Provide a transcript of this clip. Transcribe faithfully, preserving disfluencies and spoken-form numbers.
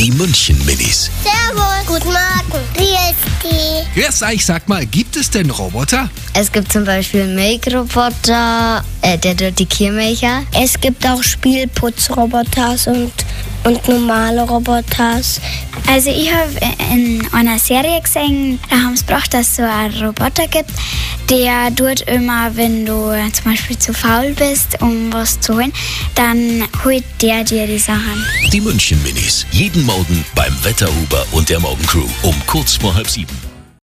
Die München-Minis. Servus. Guten Morgen. Wie ist die? Grüß euch, sag mal, gibt es denn Roboter? Es gibt zum Beispiel Make-Roboter, äh, der tut die Kirmecher. Es gibt auch Spielputzroboter und, und normale Roboter. Also ich habe in einer Serie gesehen, da haben sie gebracht, dass es so einen Roboter gibt, der tut immer, wenn du zum Beispiel zu faul bist, um was zu holen, dann holt der dir die Sachen. Die München-Minis. Jeden Morgen beim Wetterhuber und der Morgencrew um kurz vor halb sieben.